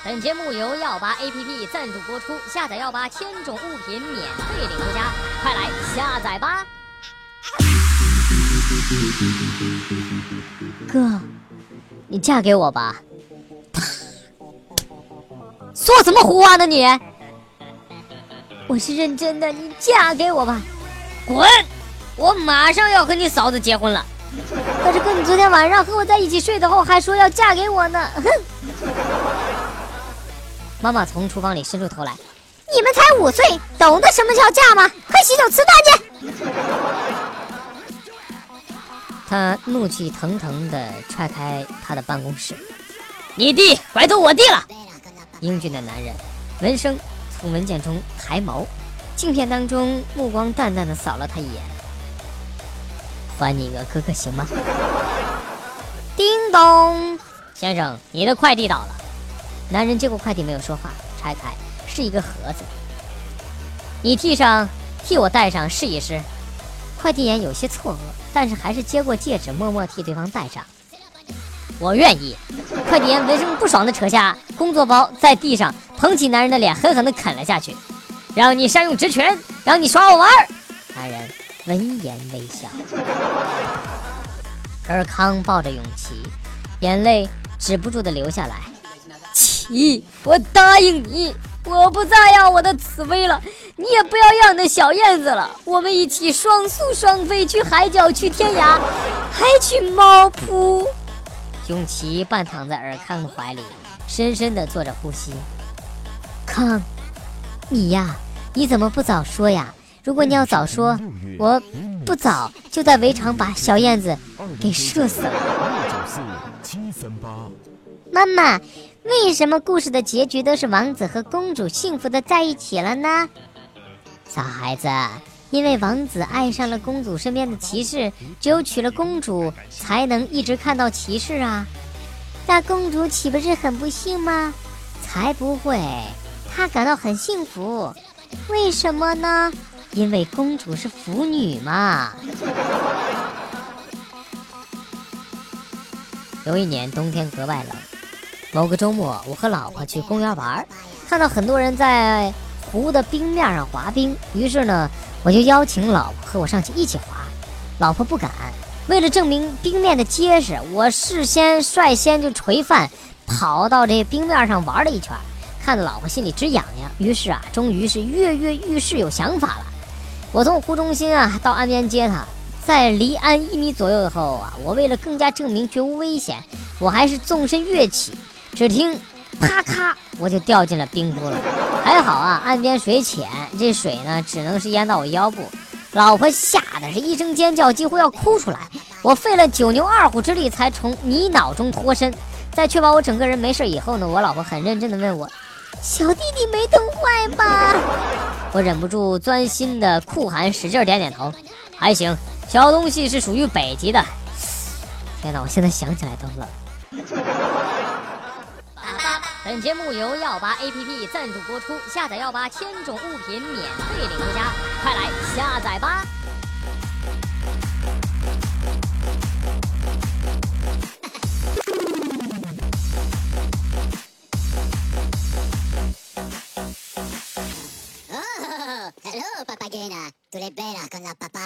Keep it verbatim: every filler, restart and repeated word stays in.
本节目由耀八 A P P 赞助播出，下载耀八千种物品免费领回家，快来下载吧！哥，你嫁给我吧！说什么胡话呢你？我是认真的，你嫁给我吧！滚！我马上要和你嫂子结婚了。可是哥，你昨天晚上和我在一起睡的后还说要嫁给我呢。哼！妈妈从厨房里伸出头来，你们才五岁，懂得什么叫嫁吗？快洗手吃饭去！他怒气腾腾地踹开他的办公室，你弟拐走我弟了！英俊的男人闻声从文件中抬眸，镜片当中目光淡淡地扫了他一眼，还你一个哥哥行吗？叮咚，先生，你的快递到了。男人接过快递没有说话，拆开是一个盒子，你替上替我戴上试一试。快递员有些错愕，但是还是接过戒指，默默替对方戴上。我愿意。快递员闻声不爽地扯下工作包，在地上捧起男人的脸狠狠地啃了下去。让你善用职权，让你耍我玩。男人闻言微笑。尔康抱着永琪，眼泪止不住地流下来。琪，我答应你，我不再要我的紫薇了，你也不要要你的小燕子了，我们一起双宿双飞，去海角，去天涯，还去猫扑。永琪半躺在尔康的怀里，深深地做着呼吸。康，你呀，你怎么不早说呀？如果你要早说，我不早就在围场把小燕子给射死了。妈妈，为什么故事的结局都是王子和公主幸福的在一起了呢？小孩子，因为王子爱上了公主身边的骑士，只有娶了公主才能一直看到骑士啊。那公主岂不是很不幸吗？才不会，她感到很幸福。为什么呢？因为公主是腐女嘛。有一年冬天格外冷，某个周末我和老婆去公园玩，看到很多人在湖的冰面上滑冰，于是呢我就邀请老婆和我上去一起滑。老婆不敢，为了证明冰面的结实，我事先率先就垂范跑到这冰面上玩了一圈，看得老婆心里直痒痒。于是啊终于是跃跃欲试，有想法了。我从湖中心啊到岸边接她，在离岸一米左右后啊，我为了更加证明绝无危险，我还是纵身跃起，只听啪咔，我就掉进了冰窟了。还好啊，岸边水浅，这水呢只能是淹到我腰部。老婆吓得是一声尖叫，几乎要哭出来。我费了九牛二虎之力才从泥淖中脱身。在确保我整个人没事以后呢，我老婆很认真地问我：“小弟弟没冻坏吧？”我忍不住钻心的酷寒，使劲点点头，还行，小东西是属于北极的。天哪，我现在想起来都冷。本节目由耀八 A P P 赞助播出，下载耀八千种物品免费领回家，快来下载吧。 Hello, papagena. Tu l'es bella con la papa.